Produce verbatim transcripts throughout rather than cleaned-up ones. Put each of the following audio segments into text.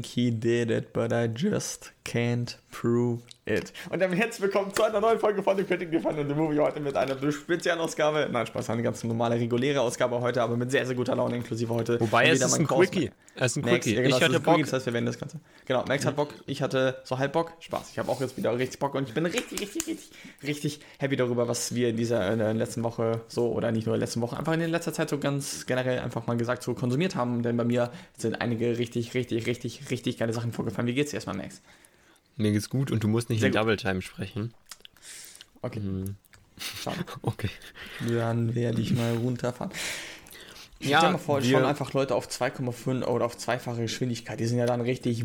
think he did it, but I just can't prove it. Und damit herzlich willkommen zu einer neuen Folge von The Critic Defender the Movie. Heute mit einer Spezialausgabe. Nein, Spaß, eine ganz normale, reguläre Ausgabe heute, aber mit sehr, sehr guter Laune, inklusive heute. Wobei, es ist ein Quickie. Es ist ein Max, Quickie. Ja, genau, ich hatte Bock. Quickie, das heißt, wir werden das Ganze. Genau, Max hat Bock, ich hatte so halb Bock. Spaß, ich habe auch jetzt wieder richtig Bock und ich bin richtig, richtig, richtig, richtig happy darüber, was wir in dieser in der letzten Woche so, oder nicht nur in der letzten Woche, einfach in der letzter Zeit so ganz generell einfach mal gesagt so konsumiert haben, denn bei mir sind einige richtig, richtig, richtig, richtig geile Sachen vorgefallen. Wie geht's dir erstmal, Max? Mir geht's gut und du musst nicht Sehr in gut. Double Time sprechen. Okay. Hm. Schade. Okay. Dann werde ich mal runterfahren. Ich Ja, stell mir vor, wir- schon einfach Leute auf zwei Komma fünf oder auf zweifache Geschwindigkeit, die sind ja dann richtig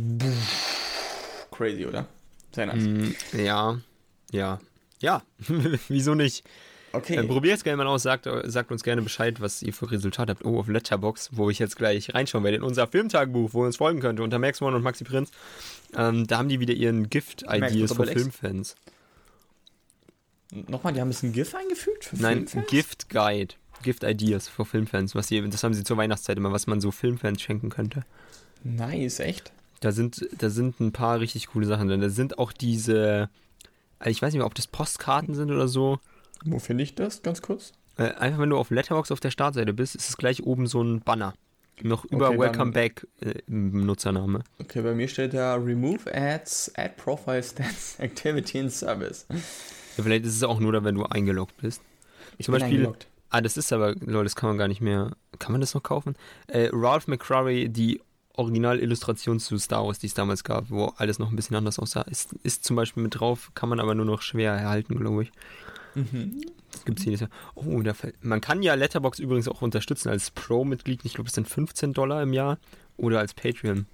crazy, oder? Sehr nice. Hm, ja. Ja. Ja. Wieso nicht? Okay. Äh, Probiert es gerne mal aus, sagt, sagt uns gerne Bescheid, was ihr für Resultate habt. Oh, auf Letterboxd, wo ich jetzt gleich reinschauen werde, in unser Filmtagebuch, wo ihr uns folgen könnt, unter Max One und Maxi Prinz. Ähm, da haben die wieder ihren Gift-Ideas für Double X? Filmfans. Nochmal, die haben ein bisschen GIF eingefügt? Für Nein, Filmfans? Gift-Guide. Gift-Ideas für Filmfans. Was sie, das haben sie zur Weihnachtszeit immer, was man so Filmfans schenken könnte. Nice, echt? Da sind, da sind ein paar richtig coole Sachen drin. Da sind auch diese, also ich weiß nicht mehr, ob das Postkarten sind oder so. Wo finde ich das, ganz kurz? Äh, einfach wenn du auf Letterboxd auf der Startseite bist, ist es gleich oben so ein Banner. Noch über Okay, Welcome dann- Back äh, im Benutzername. Okay, bei mir steht da Remove Ads, Add Profile Stats, Activity and Service. Ja, vielleicht ist es auch nur da, wenn du eingeloggt bist. Ich Zum bin Beispiel, eingeloggt. ah, das ist aber, Leute, das kann man gar nicht mehr, kann man das noch kaufen? Äh, Ralph McQuarrie, die Originalillustration zu Star Wars, die es damals gab, wo alles noch ein bisschen anders aussah, ist, ist zum Beispiel mit drauf, kann man aber nur noch schwer erhalten, glaube ich. Mhm. Das gibt's hier nicht. Oh, da fällt, man kann ja Letterboxd übrigens auch unterstützen als Pro-Mitglied. Ich glaube, es sind fünfzehn Dollar im Jahr oder als Patreon.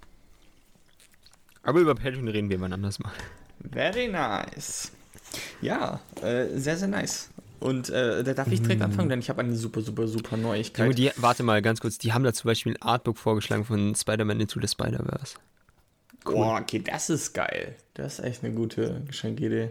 Aber über Patreon reden wir wann anders mal. Very nice. Ja, äh, sehr, sehr nice. Und äh, da darf ich direkt anfangen, denn ich habe eine super, super, super Neuigkeit. Junge, die, warte mal ganz kurz. Die haben da zum Beispiel ein Artbook vorgeschlagen von Spider-Man Into the Spider-Verse. Boah, okay, das ist geil. Das ist echt eine gute Geschenkidee.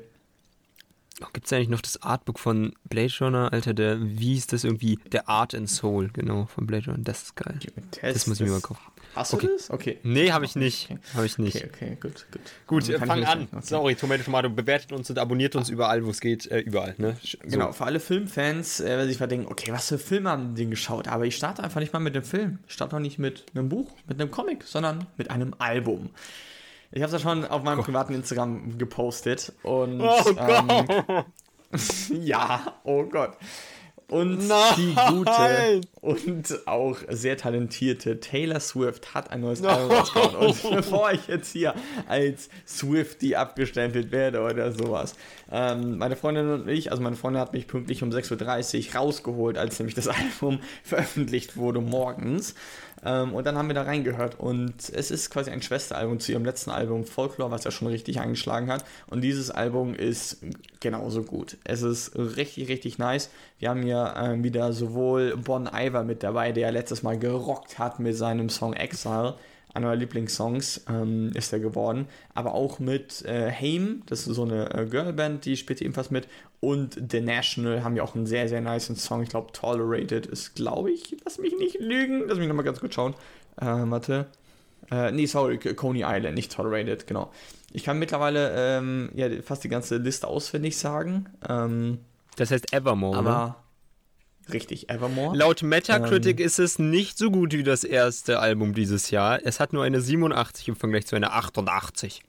Oh, gibt es eigentlich noch das Artbook von Blade Runner? Alter, der, wie hieß das irgendwie? Der Art and Soul, genau, von Blade Runner. Das ist geil. Test, Das muss ich mir mal kaufen. Hast du Okay. das? Okay. Nee, habe ich nicht. Okay. Habe ich nicht. Okay, okay, gut, gut. Gut, Dann äh, kann fang ich an. nicht- okay. Sorry, Tomato Tomato, bewertet uns und abonniert uns überall, wo es geht. Äh, überall, ne? So. Genau, für alle Filmfans, äh, wenn sich mal denken, okay, was für Filme haben die denn geschaut? Aber ich starte einfach nicht mal mit dem Film. Ich starte auch nicht mit einem Buch, mit einem Comic, sondern mit einem Album. Ich habe es ja schon auf meinem privaten Instagram gepostet. Und, Oh ähm, Gott! ja, oh Gott. Und Nein! die gute und auch sehr talentierte Taylor Swift hat ein neues Album rausgehauen. Und bevor ich jetzt hier als Swiftie abgestempelt werde oder sowas, ähm, meine Freundin und ich, also meine Freundin hat mich pünktlich um sechs Uhr dreißig rausgeholt, als nämlich das Album veröffentlicht wurde morgens. Ähm, und dann haben wir da reingehört und es ist quasi ein Schwesteralbum zu ihrem letzten Album Folklore, was ja schon richtig eingeschlagen hat. Und dieses Album ist genauso gut. Es ist richtig, richtig nice. Wir haben hier ähm, wieder sowohl Bon Iver mit dabei, der letztes Mal gerockt hat mit seinem Song Exile. Einer meiner Lieblingssongs ähm, ist er geworden. Aber auch mit äh, Haim, das ist so eine äh, Girlband, die spielt ebenfalls mit. Und The National haben ja auch einen sehr, sehr nice Song. Ich glaube, Tolerated ist, glaube ich, lass mich nicht lügen. Lass mich nochmal ganz kurz schauen. Äh, warte. Äh, nee, sorry, Coney Island, nicht Tolerated, genau. Ich kann mittlerweile ähm, ja, fast die ganze Liste auswendig sagen. Ähm, Das heißt Evermore, aber ne? richtig, Evermore. Laut Metacritic Ähm, ist es nicht so gut wie das erste Album dieses Jahr. Es hat nur eine siebenundachtzig im Vergleich zu einer achtundachtzig.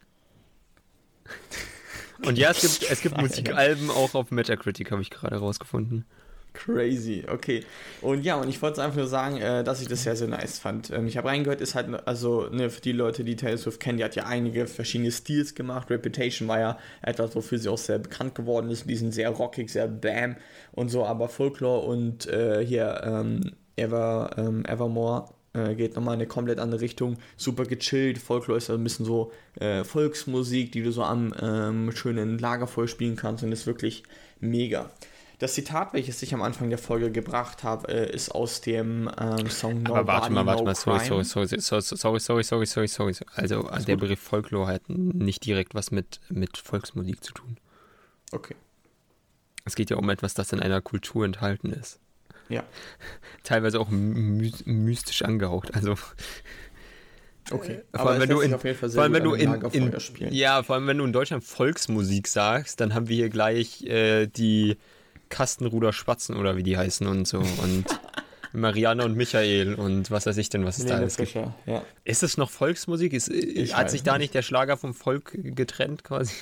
Und ja, es gibt, es gibt Musikalben auch auf Metacritic, habe ich gerade rausgefunden. Crazy, okay. Und ja, und ich wollte einfach nur sagen, äh, dass ich das sehr, sehr nice fand. Ähm, ich habe reingehört, ist halt, also ne, für die Leute, die Taylor Swift kennen, die hat ja einige verschiedene Stils gemacht. Reputation war ja etwas, wofür sie auch sehr bekannt geworden ist. Die sind sehr rockig, sehr bam und so, aber Folklore und äh, hier ähm, Ever, ähm, Evermore äh, geht nochmal in eine komplett andere Richtung. Super gechillt. Folklore ist ja ein bisschen so äh, Volksmusik, die du so am ähm, schönen Lagerfeuer spielen kannst und ist wirklich mega. Das Zitat, welches ich am Anfang der Folge gebracht habe, äh, ist aus dem ähm, Song Nobody Aber warte mal, warte No mal, sorry, Crime. sorry, sorry, sorry, sorry, sorry, sorry, sorry, sorry. Also Alles der gut. Begriff Folklore hat nicht direkt was mit, mit Volksmusik zu tun. Okay, Es geht ja um etwas, das in einer Kultur enthalten ist. ja. Teilweise auch my mystisch angehaucht. Also Okay, vor allem, wenn du in, auf jeden Fall sehr vor allem, gut wenn du an in, Lagerfeuer in spielen. ja, vor allem, wenn du in Deutschland Volksmusik sagst, dann haben wir hier gleich äh, die Kastenruder Spatzen oder wie die heißen und so und Marianne und Michael und was weiß ich denn, was es da Helene alles gibt. Fischer, ja. Ist es noch Volksmusik? Ist, Ich hat weiß sich da nicht. nicht der Schlager vom Volk getrennt quasi?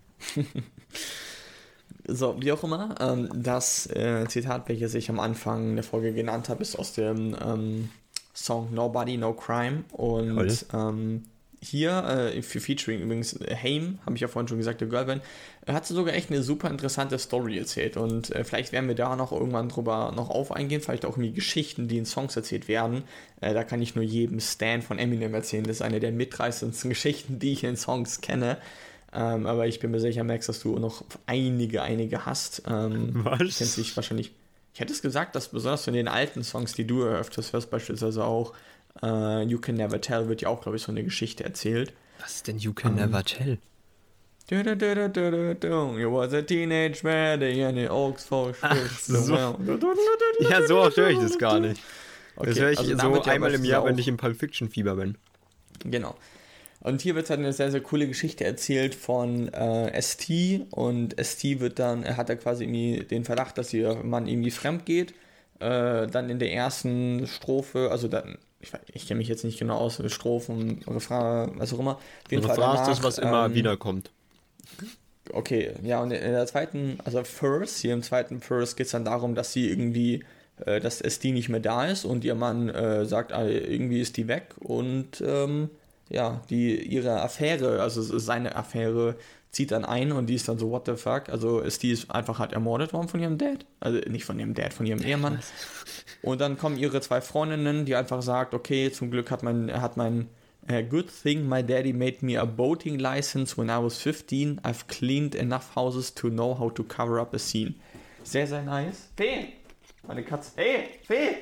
So, wie auch immer, ähm, das äh, Zitat, welches ich am Anfang der Folge genannt habe, ist aus dem ähm, Song Nobody, No Crime. Und ähm, hier, äh, für Featuring übrigens, äh, Haim, habe ich ja vorhin schon gesagt, der Girlband, äh, hat sie sogar echt eine super interessante Story erzählt. Und äh, vielleicht werden wir da noch irgendwann drüber noch auf eingehen, vielleicht auch irgendwie Geschichten, die in Songs erzählt werden. Äh, da kann ich nur jedem Stan von Eminem erzählen. Das ist eine der mitreißendsten Geschichten, die ich in Songs kenne. Ähm, aber ich bin mir sicher, Max, dass du noch einige, einige hast. Ähm, Was? Du kennst dich wahrscheinlich. Ich hätte es gesagt, dass besonders von den alten Songs, die du öfters hörst, beispielsweise auch äh, You Can Never Tell, wird ja auch, glaube ich, so eine Geschichte erzählt. Was ist denn You Can um, Never Tell? Du, du, du, du, du, du. You was a teenage wedding and the Oaks for so. Ja, so oft höre ich das gar nicht. Okay, das höre ich also so einmal im Jahr, wenn ich im Pulp Fiction Fieber bin. Genau. Und hier wird halt eine sehr, sehr coole Geschichte erzählt von äh, S T und S T wird dann, er hat da quasi irgendwie den Verdacht, dass ihr Mann irgendwie fremd geht. Äh, dann in der ersten Strophe, also dann, ich, ich kenne mich jetzt nicht genau aus, Strophen, Refrain, was auch immer. Auf jeden Refrain Fall danach, ist das, was immer ähm, wiederkommt. Okay, ja, und in der zweiten, also Verse, hier im zweiten Verse geht es dann darum, dass sie irgendwie, äh, dass S T nicht mehr da ist und ihr Mann äh, sagt, ah, irgendwie ist die weg und ähm, ja, die ihre Affäre, also seine Affäre, zieht dann ein und die ist dann so, what the fuck? Also ist die ist einfach halt ermordet worden von ihrem Dad. Also nicht von ihrem Dad, von ihrem Ehemann. Und dann kommen ihre zwei Freundinnen, die einfach sagt, okay, zum Glück hat mein, hat mein uh, good thing my daddy made me a boating license when I was fifteen. I've cleaned enough houses to know how to cover up a scene. Sehr, sehr nice. Fee! Meine Katze. Hey, Fee!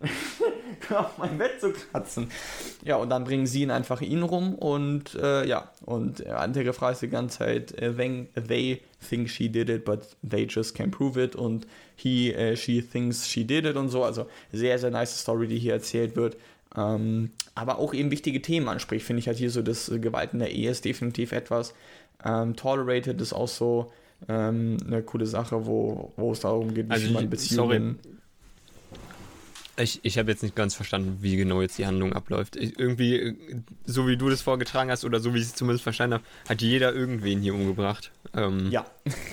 auf mein Bett zu kratzen. Ja, und dann bringen sie ihn einfach ihn rum und äh, ja, und der andere Frage ist die ganze Zeit, äh, when they think she did it, but they just can't prove it und he, äh, she thinks she did it und so, also sehr, sehr nice Story, die hier erzählt wird. Ähm, aber auch eben wichtige Themen anspricht, finde ich halt hier so, das äh, Gewalt in der Ehe ist definitiv etwas. Ähm, Tolerated ist auch so ähm, eine coole Sache, wo, wo es darum geht, wie also man Beziehungen... Sorry. Ich, ich habe jetzt nicht ganz verstanden, wie genau jetzt die Handlung abläuft. Ich, irgendwie, so wie du das vorgetragen hast, oder so wie ich es zumindest verstanden habe, hat jeder irgendwen hier umgebracht. Ähm, ja.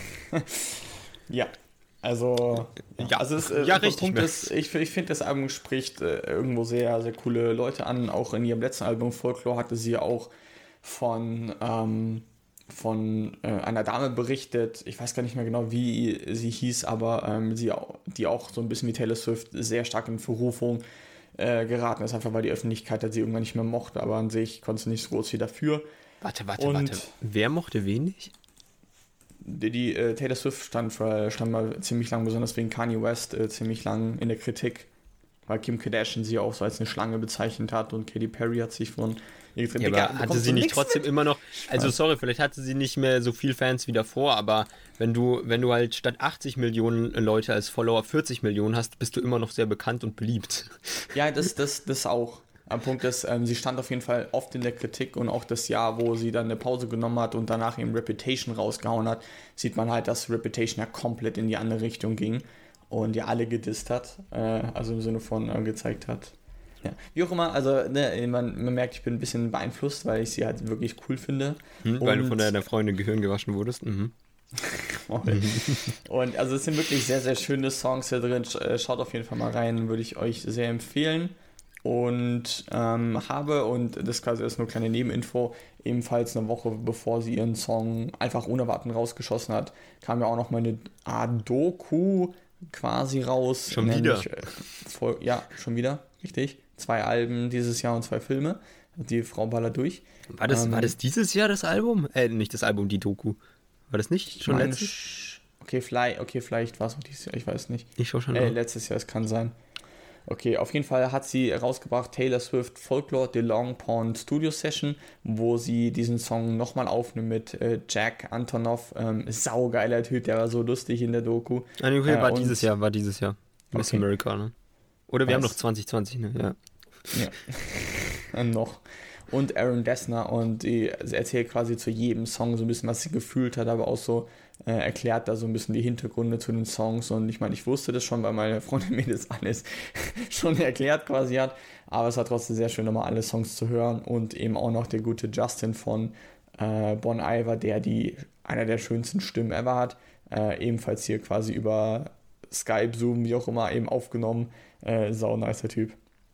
ja. Also, ja, also es, äh, ja, der richtig. Punkt ist, ich, ich finde, das Album spricht äh, irgendwo sehr, sehr coole Leute an. Auch in ihrem letzten Album Folklore hatte sie auch von, ähm, von äh, einer Dame berichtet. Ich weiß gar nicht mehr genau, wie sie hieß, aber ähm, sie, die auch so ein bisschen wie Taylor Swift sehr stark in Verrufung äh, geraten ist, einfach weil die Öffentlichkeit hat sie irgendwann nicht mehr mochte, aber an sich konnte sie nicht so groß wie dafür. Warte, warte, Und warte. Wer mochte wen nicht? Die, die äh, Taylor Swift stand, für, stand mal ziemlich lang, besonders wegen Kanye West, äh, ziemlich lang in der Kritik, weil Kim Kardashian sie auch so als eine Schlange bezeichnet hat und Katy Perry hat sich von ihr getrennt. Ja, aber hatte sie nicht trotzdem mit? immer noch, also sorry, vielleicht hatte sie nicht mehr so viel Fans wie davor, aber wenn du, wenn du halt statt achtzig Millionen Leute als Follower vierzig Millionen hast, bist du immer noch sehr bekannt und beliebt. Ja, das, das, das auch. Am Punkt ist, ähm, sie stand auf jeden Fall oft in der Kritik und auch das Jahr, wo sie dann eine Pause genommen hat und danach eben Reputation rausgehauen hat, sieht man halt, dass Reputation ja komplett in die andere Richtung ging und ja alle gedisst hat, äh, also im Sinne von äh, gezeigt hat. Ja. Wie auch immer, also ne, man, man merkt, ich bin ein bisschen beeinflusst, weil ich sie halt wirklich cool finde. Hm, weil du von deiner Freundin Gehirn gewaschen wurdest? Mhm. Und also es sind wirklich sehr, sehr schöne Songs hier drin. Schaut auf jeden Fall mal rein, würde ich euch sehr empfehlen. Und ähm, habe, und das quasi ist nur eine kleine Nebeninfo, ebenfalls eine Woche bevor sie ihren Song einfach ohne Warten rausgeschossen hat, kam ja auch noch mal eine Art Doku quasi raus. Schon wieder? Äh, voll, ja, schon wieder, richtig. Zwei Alben dieses Jahr und zwei Filme. Die Frau ballert durch. War das, ähm, war das dieses Jahr das Album? Äh, nicht das Album, die Doku. War das nicht schon meine, letztes? Okay, vielleicht, okay, vielleicht war es auch dieses Jahr, ich weiß nicht. Ich schau schon äh, letztes Jahr, es kann sein. Okay, auf jeden Fall hat sie rausgebracht Taylor Swift Folklore, The Long Pond Studio Session, wo sie diesen Song nochmal aufnimmt mit äh, Jack Antonoff. Ähm, saugeiler Typ, der war so lustig in der Doku. Ah, okay, äh, war dieses Jahr, war dieses Jahr. Miss okay. America, ne? Oder wir Was? haben noch zwanzig zwanzig, ne? Ja. Ja. noch. und Aaron Dessner und die erzählt quasi zu jedem Song so ein bisschen, was sie gefühlt hat, aber auch so äh, erklärt da so ein bisschen die Hintergründe zu den Songs und ich meine, ich wusste das schon, weil meine Freundin mir das alles schon erklärt quasi hat, aber es war trotzdem sehr schön, nochmal alle Songs zu hören und eben auch noch der gute Justin von äh, Bon Iver, der die einer der schönsten Stimmen ever hat, äh, ebenfalls hier quasi über Skype, Zoom, wie auch immer, eben aufgenommen, äh, sau nicer Typ.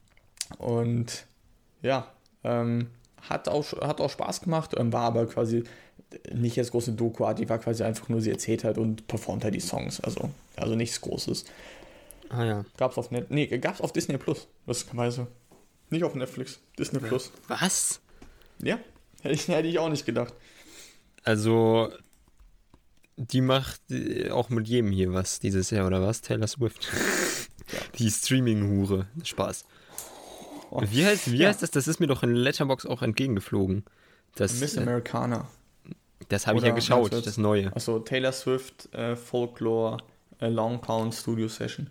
Und ja, ähm, hat, auch, hat auch Spaß gemacht, ähm, war aber quasi nicht jetzt große Doku-Art, die war quasi einfach nur, sie erzählt halt und performt halt die Songs, also, also nichts Großes. Ah ja. Gab's auf Net nee, gab's auf Disney Plus, lustigerweise. Nicht auf Netflix, Disney Plus. Was? Ja, hätte ich, hätte ich auch nicht gedacht. Also, die macht äh, auch mit jedem hier was dieses Jahr, oder was? Taylor Swift. Ja. Die Streaming-Hure. Spaß. Wie heißt, wie Ja. heißt das? Das ist mir doch in Letterboxd auch entgegengeflogen. Das, Miss äh, Americana. das habe ich ja Oder geschaut, meinst du das neue. Also Taylor Swift, äh, Folklore, äh, Long Pound Studio Session.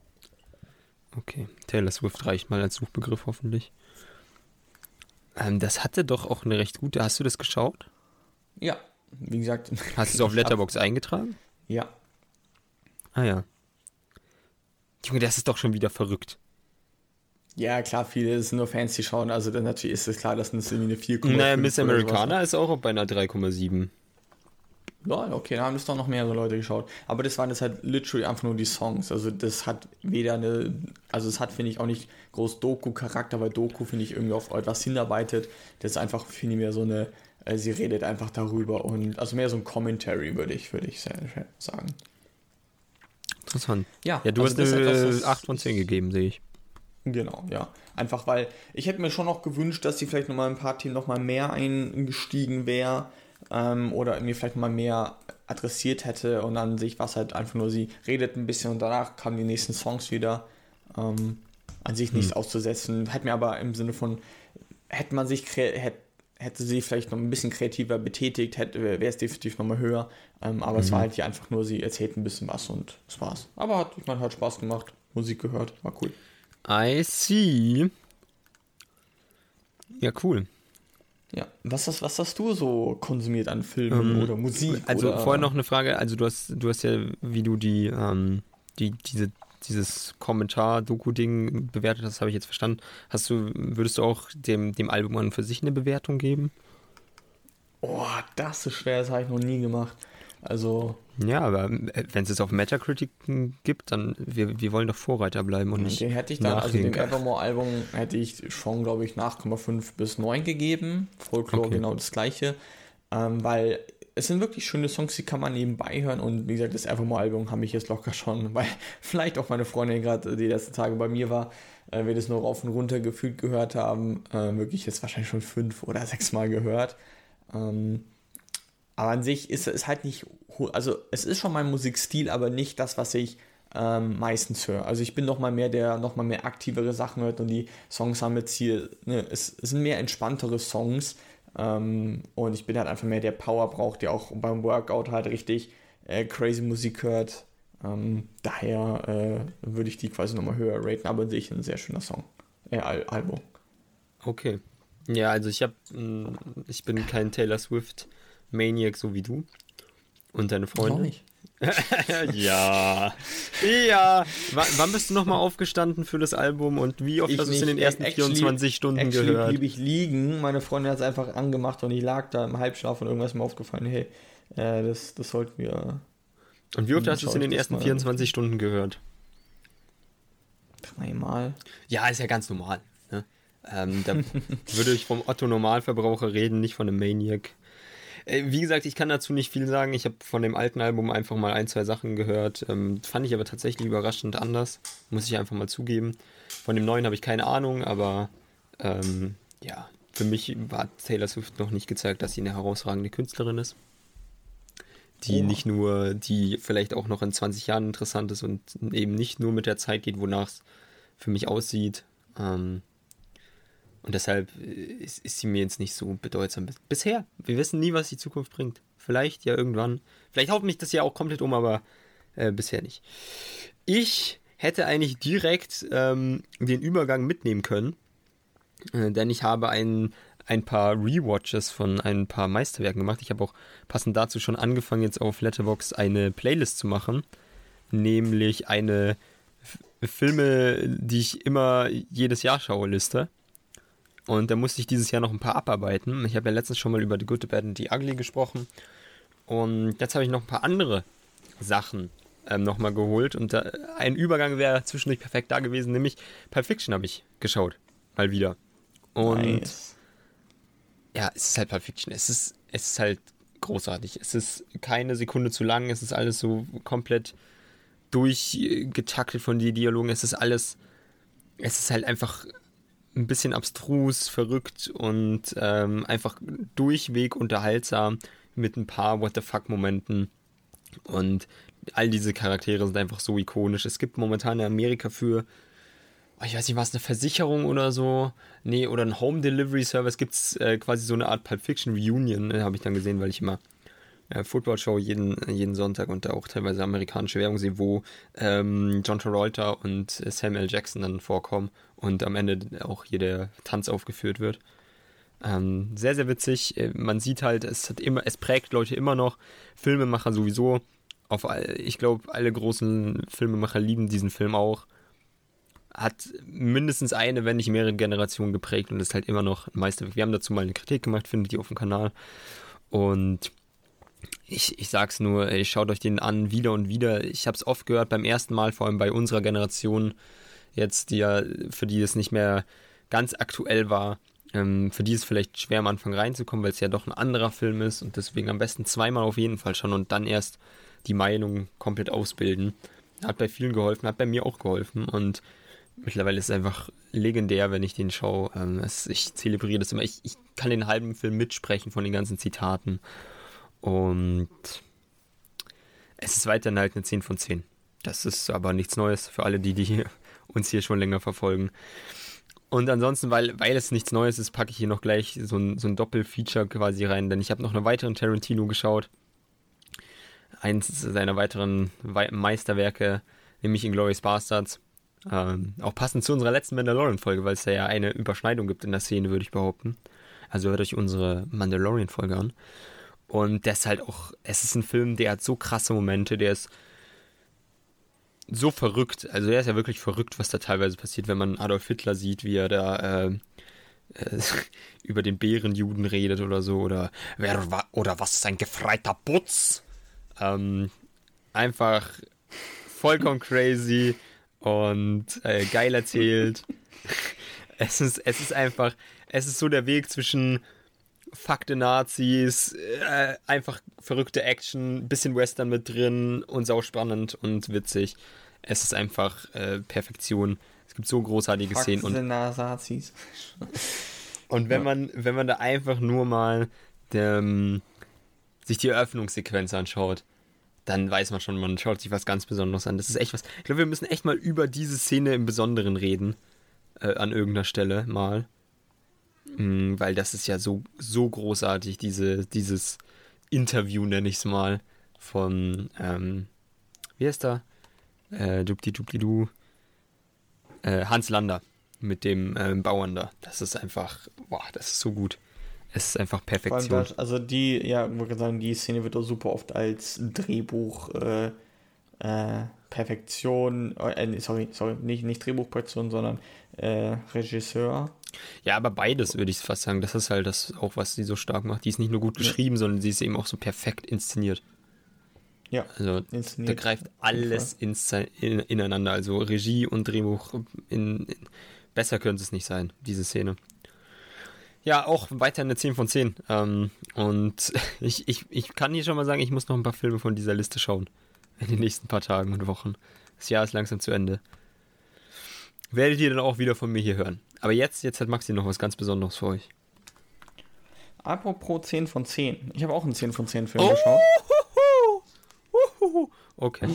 Okay, Taylor Swift reicht mal als Suchbegriff hoffentlich. Ähm, das hatte doch auch eine recht gute. Hast du das geschaut? Ja, wie gesagt. Hast du es auf Letterboxd eingetragen? Ja. Ah ja. Junge, das ist doch schon wieder verrückt. Ja, klar, viele sind nur Fans, die schauen. Also dann natürlich ist es klar, dass das irgendwie eine vier Komma fünf Naja, Miss oder sowas Americana ist auch bei einer drei Komma sieben. Ja, okay, da haben es doch noch mehrere Leute geschaut. Aber das waren jetzt halt literally einfach nur die Songs. Also das hat weder eine, also es hat, finde ich, auch nicht groß Doku-Charakter, weil Doku, finde ich, irgendwie auf etwas hinarbeitet. Das ist einfach, finde ich, mehr so eine, äh, sie redet einfach darüber und, also mehr so ein Commentary, würde ich, würde ich sagen. Interessant. Ja, Ja, du also hast das ist eine etwas, das- acht von zehn gegeben, sehe ich. Genau, ja. Einfach weil, ich hätte mir schon noch gewünscht, dass sie vielleicht nochmal ein paar Themen nochmal mehr eingestiegen wäre. Ähm, oder mir vielleicht mal mehr adressiert hätte und an sich war es halt einfach nur, sie redet ein bisschen und danach kamen die nächsten Songs wieder. Ähm, an sich nichts Hm. auszusetzen. Hätte mir aber im Sinne von, hätte man sich, hätte, hätte sie vielleicht noch ein bisschen kreativer betätigt, hätte, wäre es definitiv nochmal höher. Ähm, aber es war halt hier einfach nur, sie erzählt ein bisschen was und das war's. Aber hat, ich meine, hat Spaß gemacht, Musik gehört, war cool. I see. Ja, cool. Ja, was hast, was hast du so konsumiert an Filmen Ähm, oder Musik? Also oder, vorher noch eine Frage, also du hast, du hast ja, wie du die, ähm, die, diese, dieses Kommentar-Doku-Ding bewertet hast, habe ich jetzt verstanden. Hast du, würdest du auch dem, dem Album an für sich eine Bewertung geben? Oh, das ist schwer, das habe ich noch nie gemacht. Also, Ja, aber wenn es jetzt auf Metacritic gibt, dann wir, wir wollen doch Vorreiter bleiben und nicht den hätte ich dann, also dem Nachhinker. Evermore-Album hätte ich schon, glaube ich, nach acht Komma fünf bis neun gegeben. Folklore Okay. genau das gleiche. Ähm, weil es sind wirklich schöne Songs, die kann man nebenbei hören und wie gesagt, das Evermore-Album habe ich jetzt locker schon, weil vielleicht auch meine Freundin gerade die letzten Tage bei mir war, äh, wir das nur rauf und runter gefühlt gehört haben, äh, wirklich jetzt wahrscheinlich schon fünf oder sechs Mal gehört. Ähm, aber an sich ist es halt nicht, also es ist schon mein Musikstil, aber nicht das, was ich ähm, meistens höre. Also ich bin noch mal mehr der, noch mal mehr aktivere Sachen hört und die Songs haben jetzt hier, ne, es, es sind mehr entspanntere Songs ähm, und ich bin halt einfach mehr der Power braucht, der auch beim Workout halt richtig äh, crazy Musik hört. Ähm, daher äh, würde ich die quasi nochmal höher raten, aber an sich ein sehr schöner Song, äh, Al Album. Okay. Ja, also ich habe, ich bin kein Taylor Swift Maniac so wie du und deine Freunde. Auch nicht. ja. Ja. W wann bist du nochmal aufgestanden für das Album und wie oft Ich hast du es in nicht. den ersten Actually- vierundzwanzig Stunden Actually gehört? blieb ich liegen. Meine Freundin hat es einfach angemacht und ich lag da im Halbschlaf und irgendwas ist mir aufgefallen. Hey, äh, das, das sollten wir Und wie oft Hm, hast du es schau in ich den das ersten mal. vierundzwanzig Stunden gehört? dreimal. Ja, ist ja ganz normal. Ne? Ähm, da würde ich vom Otto-Normalverbraucher reden, nicht von einem Maniac. Äh, wie gesagt, ich kann dazu nicht viel sagen. Ich habe von dem alten Album einfach mal ein, zwei Sachen gehört. Ähm, fand ich aber tatsächlich überraschend anders. Muss ich einfach mal zugeben. Von dem neuen habe ich keine Ahnung, aber ähm, ja, für mich war Taylor Swift noch nicht gezeigt, dass sie eine herausragende Künstlerin ist. Die Oha. nicht nur, die vielleicht auch noch in zwanzig Jahren interessant ist und eben nicht nur mit der Zeit geht, wonach es für mich aussieht. Ähm, und deshalb ist, ist sie mir jetzt nicht so bedeutsam. Bisher. Wir wissen nie, was die Zukunft bringt. Vielleicht ja irgendwann. Vielleicht haut mich das ja auch komplett um, aber äh, bisher nicht. Ich hätte eigentlich direkt ähm, den Übergang mitnehmen können, äh, denn ich habe einen ein paar Rewatches von ein paar Meisterwerken gemacht. Ich habe auch passend dazu schon angefangen, jetzt auf Letterboxd eine Playlist zu machen, nämlich eine F- Filme, die ich immer jedes Jahr schaue, Liste. Und da musste ich dieses Jahr noch ein paar abarbeiten. Ich habe ja letztens schon mal über The Good, The Bad and The Ugly gesprochen. Und jetzt habe ich noch ein paar andere Sachen ähm, nochmal geholt. Und da, ein Übergang wäre zwischendurch perfekt da gewesen, nämlich Pulp Fiction habe ich geschaut. Mal wieder. Und Nice. ja, es ist halt Pulp Fiction. Es ist, es ist halt großartig. Es ist keine Sekunde zu lang. Es ist alles so komplett durchgetaktet von den Dialogen. Es ist alles, es ist halt einfach ein bisschen abstrus, verrückt und ähm, einfach durchweg unterhaltsam mit ein paar What-the-fuck-Momenten. Und all diese Charaktere sind einfach so ikonisch. Es gibt momentan in Amerika für, ich weiß nicht, was, eine Versicherung oder so, nee, oder ein Home-Delivery-Service gibt es äh, quasi so eine Art Pulp Fiction Reunion, äh, habe ich dann gesehen, weil ich immer äh, Football-Show jeden, jeden Sonntag und da auch teilweise amerikanische Werbung sehe, wo ähm, John Travolta und äh, Samuel L. Jackson dann vorkommen und am Ende auch hier der Tanz aufgeführt wird. Ähm, sehr, sehr witzig. Äh, man sieht halt, es hat immer, es prägt Leute immer noch, Filmemacher sowieso. Auf all, ich glaube, alle großen Filmemacher lieben diesen Film auch. Hat mindestens eine, wenn nicht mehrere Generationen geprägt und ist halt immer noch ein Meisterwerk. Wir haben dazu mal eine Kritik gemacht, findet ihr auf dem Kanal. Und ich, ich sag's nur, ey, schaut euch den an, wieder und wieder. Ich habe es oft gehört beim ersten Mal, vor allem bei unserer Generation, jetzt, die ja, für die es nicht mehr ganz aktuell war, ähm, für die ist es vielleicht schwer am Anfang reinzukommen, weil es ja doch ein anderer Film ist und deswegen am besten zweimal auf jeden Fall schauen und dann erst die Meinung komplett ausbilden. Hat bei vielen geholfen, hat bei mir auch geholfen und mittlerweile ist es einfach legendär, wenn ich den schaue. Ähm, es, ich zelebriere das immer. Ich, ich kann den halben Film mitsprechen von den ganzen Zitaten. Und es ist weiterhin halt eine zehn von zehn. Das ist aber nichts Neues für alle, die, die hier, uns hier schon länger verfolgen. Und ansonsten, weil, weil es nichts Neues ist, packe ich hier noch gleich so ein, so ein Doppel-Feature quasi rein, denn ich habe noch einen weiteren Tarantino geschaut. Eins seiner weiteren We- Meisterwerke, nämlich Inglourious Basterds. Ähm, auch passend zu unserer letzten Mandalorian-Folge, weil es da ja eine Überschneidung gibt in der Szene, würde ich behaupten. Also hört euch unsere Mandalorian-Folge an. Und der ist halt auch, es ist ein Film, der hat so krasse Momente, der ist so verrückt. Also der ist ja wirklich verrückt, was da teilweise passiert, wenn man Adolf Hitler sieht, wie er da äh, äh, über den Bärenjuden redet oder so. Oder, wer wa- oder was ist ein gefreiter Putz? Ähm, einfach vollkommen crazy. Und äh, geil erzählt. es, ist, es ist einfach, es ist so der Weg zwischen Fakte Nazis, äh, einfach verrückte Action, bisschen Western mit drin und sauspannend und witzig. Es ist einfach äh, Perfektion. Es gibt so großartige Szenen. Und, Nazis. und wenn man, wenn man da einfach nur mal dem, sich die Eröffnungssequenz anschaut, dann weiß man schon, man schaut sich was ganz Besonderes an. Das ist echt was. Ich glaube, wir müssen echt mal über diese Szene im Besonderen reden. Äh, an irgendeiner Stelle mal. Mhm, weil das ist ja so, so großartig, diese, dieses Interview, nenne ich es mal, von, ähm, wie heißt er? Äh, Dupli-Dupli-Du. Äh, Hans Lander mit dem ähm, Bauern da. Das ist einfach, boah, das ist so gut. Es ist einfach Perfektion. Vor allem das, also die, ja, ich würde sagen, die Szene wird auch super oft als Drehbuch äh, äh, Perfektion, äh, sorry, sorry, nicht, nicht Drehbuchperfektion, sondern äh, Regisseur. Ja, aber beides würde ich fast sagen. Das ist halt das auch, was sie so stark macht. Die ist nicht nur gut geschrieben, ja, sondern sie ist eben auch so perfekt inszeniert. Ja, also inszeniert. Da greift alles ins, in, ineinander. Also Regie und Drehbuch, in, in, besser könnte es nicht sein, diese Szene. Ja, auch weiter eine zehn von zehn. Ähm, und ich, ich, ich kann hier schon mal sagen, ich muss noch ein paar Filme von dieser Liste schauen. In den nächsten paar Tagen und Wochen. Das Jahr ist langsam zu Ende. Werdet ihr dann auch wieder von mir hier hören. Aber jetzt, jetzt hat Maxi noch was ganz Besonderes für euch. Apropos zehn von zehn. Ich habe auch einen zehn von zehn Film oh, geschaut. Okay.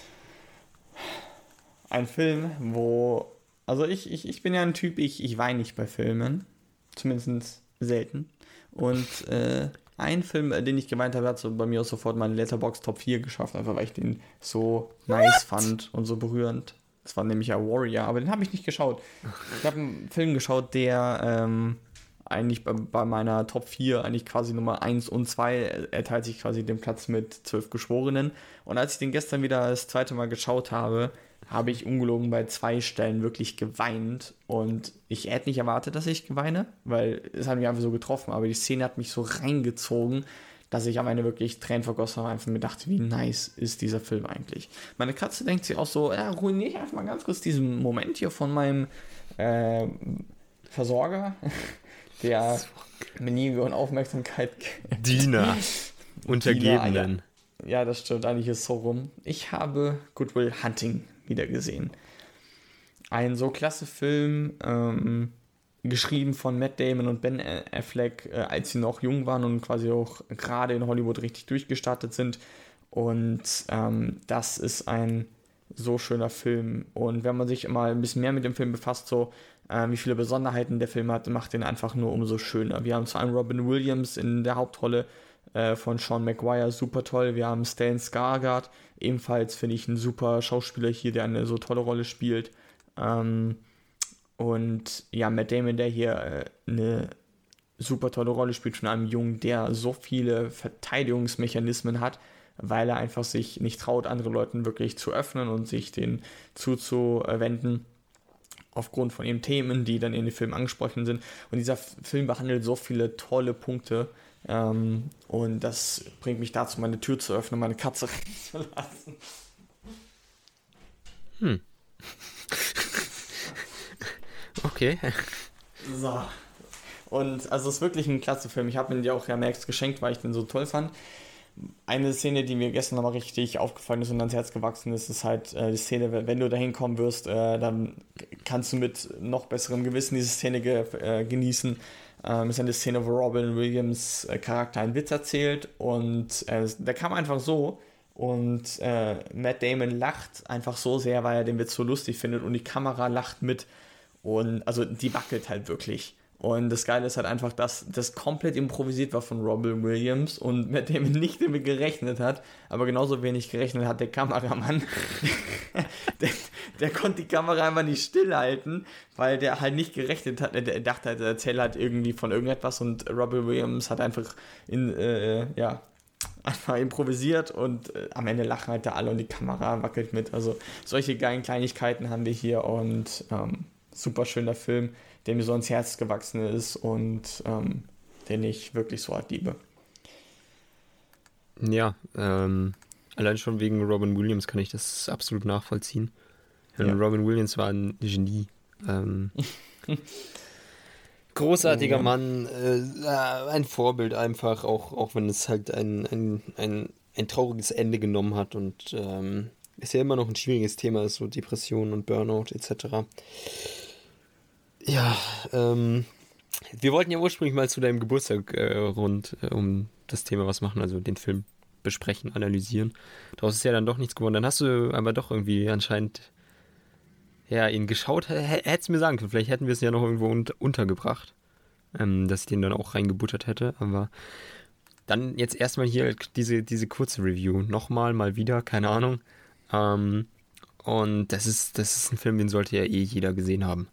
Ein Film, wo... Also ich, ich, ich bin ja ein Typ, ich, ich weine nicht bei Filmen. Zumindest selten. Und äh, ein Film, den ich gemeint habe, hat so bei mir auch sofort meine Letterboxd Top vier geschafft, einfach weil ich den so nice What? fand und so berührend. Das war nämlich ja Warrior, aber den habe ich nicht geschaut. Ich habe einen Film geschaut, der ähm, eigentlich bei, bei meiner Top vier eigentlich quasi Nummer eins und zwei. Er teilt sich quasi den Platz mit zwölf Geschworenen. Und als ich den gestern wieder das zweite Mal geschaut habe, habe ich ungelogen bei zwei Stellen wirklich geweint. Und ich hätte nicht erwartet, dass ich weine, weil es hat mich einfach so getroffen. Aber die Szene hat mich so reingezogen, dass ich am Ende wirklich Tränen vergossen habe und einfach mir dachte, wie nice ist dieser Film eigentlich. Meine Katze denkt sich auch so, ja, ruiniere ich einfach mal ganz kurz diesen Moment hier von meinem äh, Versorger, der mir nie und Aufmerksamkeit Diener, Untergebenen. Ja, ja, das stimmt, eigentlich ist es so rum. Ich habe Good Will Hunting wieder gesehen. Ein so klasse Film, ähm, geschrieben von Matt Damon und Ben Affleck, äh, als sie noch jung waren und quasi auch gerade in Hollywood richtig durchgestartet sind. Und ähm, das ist ein so schöner Film. Und wenn man sich immer ein bisschen mehr mit dem Film befasst, so äh, wie viele Besonderheiten der Film hat, macht den einfach nur umso schöner. Wir haben zu einem Robin Williams in der Hauptrolle äh, von Sean Maguire, super toll. Wir haben Stellan Skarsgård, ebenfalls finde ich ein super Schauspieler hier, der eine so tolle Rolle spielt. Ähm, Und ja, Matt Damon, der hier äh, eine super tolle Rolle spielt von einem Jungen, der so viele Verteidigungsmechanismen hat, weil er einfach sich nicht traut, andere Leuten wirklich zu öffnen und sich denen zuzuwenden, aufgrund von ihren Themen, die dann in den Film angesprochen sind. Und dieser Film behandelt so viele tolle Punkte. Ähm, und das bringt mich dazu, meine Tür zu öffnen, meine Katze reinzulassen. Hm. Okay. So. Und also es ist wirklich ein klasse Film. Ich habe ihn dir auch ja Max geschenkt, weil ich den so toll fand. Eine Szene, die mir gestern nochmal richtig aufgefallen ist und ans Herz gewachsen ist, ist halt äh, die Szene, wenn du da hinkommen wirst, äh, dann kannst du mit noch besserem Gewissen diese Szene ge- äh, genießen. Ähm, ist eine Szene, wo Robin Williams äh, Charakter einen Witz erzählt und äh, der kam einfach so. Und äh, Matt Damon lacht einfach so sehr, weil er den Witz so lustig findet und die Kamera lacht mit. Und also die wackelt halt wirklich. Und das Geile ist halt einfach, dass das komplett improvisiert war von Robin Williams und mit dem nicht damit gerechnet hat, aber genauso wenig gerechnet hat der Kameramann. der, der konnte die Kamera einfach nicht stillhalten, weil der halt nicht gerechnet hat. Der dachte halt, der Erzähler hat irgendwie von irgendetwas und Robin Williams hat einfach in, äh, ja, einfach improvisiert und äh, am Ende lachen halt da alle und die Kamera wackelt mit. Also solche geilen Kleinigkeiten haben wir hier und ähm, super schöner Film, der mir so ans Herz gewachsen ist und ähm, den ich wirklich so hart liebe. Ja, ähm, allein schon wegen Robin Williams kann ich das absolut nachvollziehen. Ja. Robin Williams war ein Genie. Ähm, großartiger ja. Mann, äh, ein Vorbild einfach, auch, auch wenn es halt ein, ein, ein, ein trauriges Ende genommen hat und ähm, ist ja immer noch ein schwieriges Thema, so Depressionen und Burnout et cetera. Ja, ähm, wir wollten ja ursprünglich mal zu deinem Geburtstag äh, rund äh, um das Thema was machen, also den Film besprechen, analysieren. Daraus ist ja dann doch nichts geworden. Dann hast du aber doch irgendwie anscheinend ja, ihn geschaut. H- hättest du mir sagen können, vielleicht hätten wir es ja noch irgendwo un- untergebracht, ähm, dass ich den dann auch reingebuttert hätte, aber dann jetzt erstmal hier diese, diese kurze Review. Nochmal, mal wieder, keine Ahnung. Ähm, und das ist, das ist ein Film, den sollte ja eh jeder gesehen haben.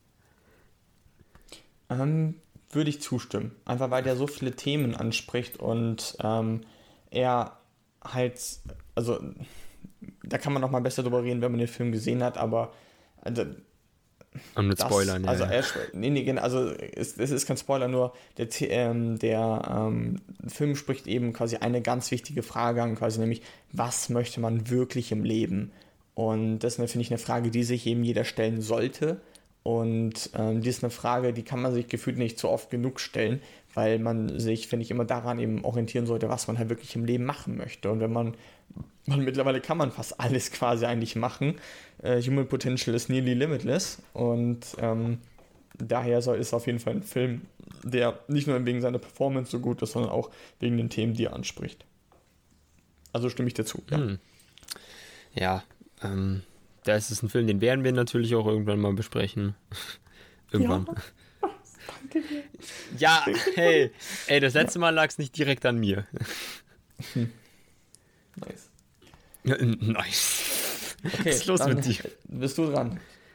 Ähm, würde ich zustimmen. Einfach weil der so viele Themen anspricht und ähm, er halt, also da kann man noch mal besser drüber reden, wenn man den Film gesehen hat, aber also, und mit Spoilern, das, also ja. Er, nee, nee, also es, es ist kein Spoiler, nur der, ähm, der ähm, Film spricht eben quasi eine ganz wichtige Frage an, quasi nämlich, was möchte man wirklich im Leben? Und das ist, finde ich, eine Frage, die sich eben jeder stellen sollte. Und ähm, die ist eine Frage, die kann man sich gefühlt nicht so oft genug stellen, weil man sich, finde ich, immer daran eben orientieren sollte, was man halt wirklich im Leben machen möchte. Und wenn man, man mittlerweile kann man fast alles quasi eigentlich machen. Äh, Human Potential ist nearly limitless. Und ähm, daher soll, ist auf jeden Fall ein Film, der nicht nur wegen seiner Performance so gut ist, sondern auch wegen den Themen, die er anspricht. Also stimme ich dazu, ja. Hm. Ja, ähm... Da ist es ein Film, den werden wir natürlich auch irgendwann mal besprechen. Irgendwann. Ja, danke dir. Ja, hey, ey, das letzte Mal lag es nicht direkt an mir. Hm. Nice. Ja, nice. Okay, was ist los dann mit dir? Bist du dran?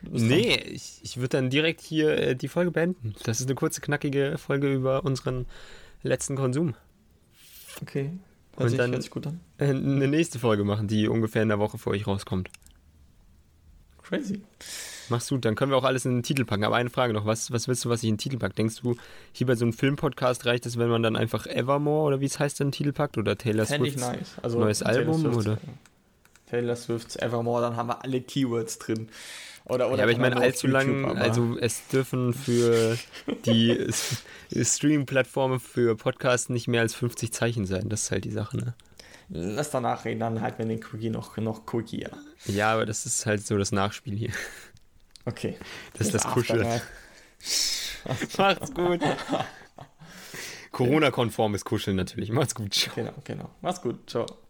Nee, ich, ich würde dann direkt hier äh, die Folge beenden. Das ist eine kurze, knackige Folge über unseren letzten Konsum. Okay. Hört Und sich, dann hört sich gut an. äh, eine nächste Folge machen, die ungefähr in der Woche für euch rauskommt. Crazy. Machst du, dann können wir auch alles in den Titel packen. Aber eine Frage noch, was, was willst du, was ich in den Titel packe? Denkst du, hier bei so einem Filmpodcast reicht es, wenn man dann einfach Evermore oder wie es heißt, in den Titel packt? Oder Taylor Fände ich Swift's nice. Also neues Taylor Album? Swift's, Oder? Taylor Swift's Evermore, dann haben wir alle Keywords drin. Oder, oder Ja, aber ich meine, nur auf allzu YouTube, lang, aber- also es dürfen für die S- Streaming-Plattformen für Podcasts nicht mehr als fünfzig Zeichen sein. Das ist halt die Sache, ne? Lass danach reden, dann halten wir den Quickie noch, noch Quickie. Ja, aber das ist halt so das Nachspiel hier. Okay. Das ist das After- Kuscheln. Macht's gut. Corona-konformes Kuscheln natürlich. Macht's gut. Ciao. Genau, genau. Mach's gut. Ciao.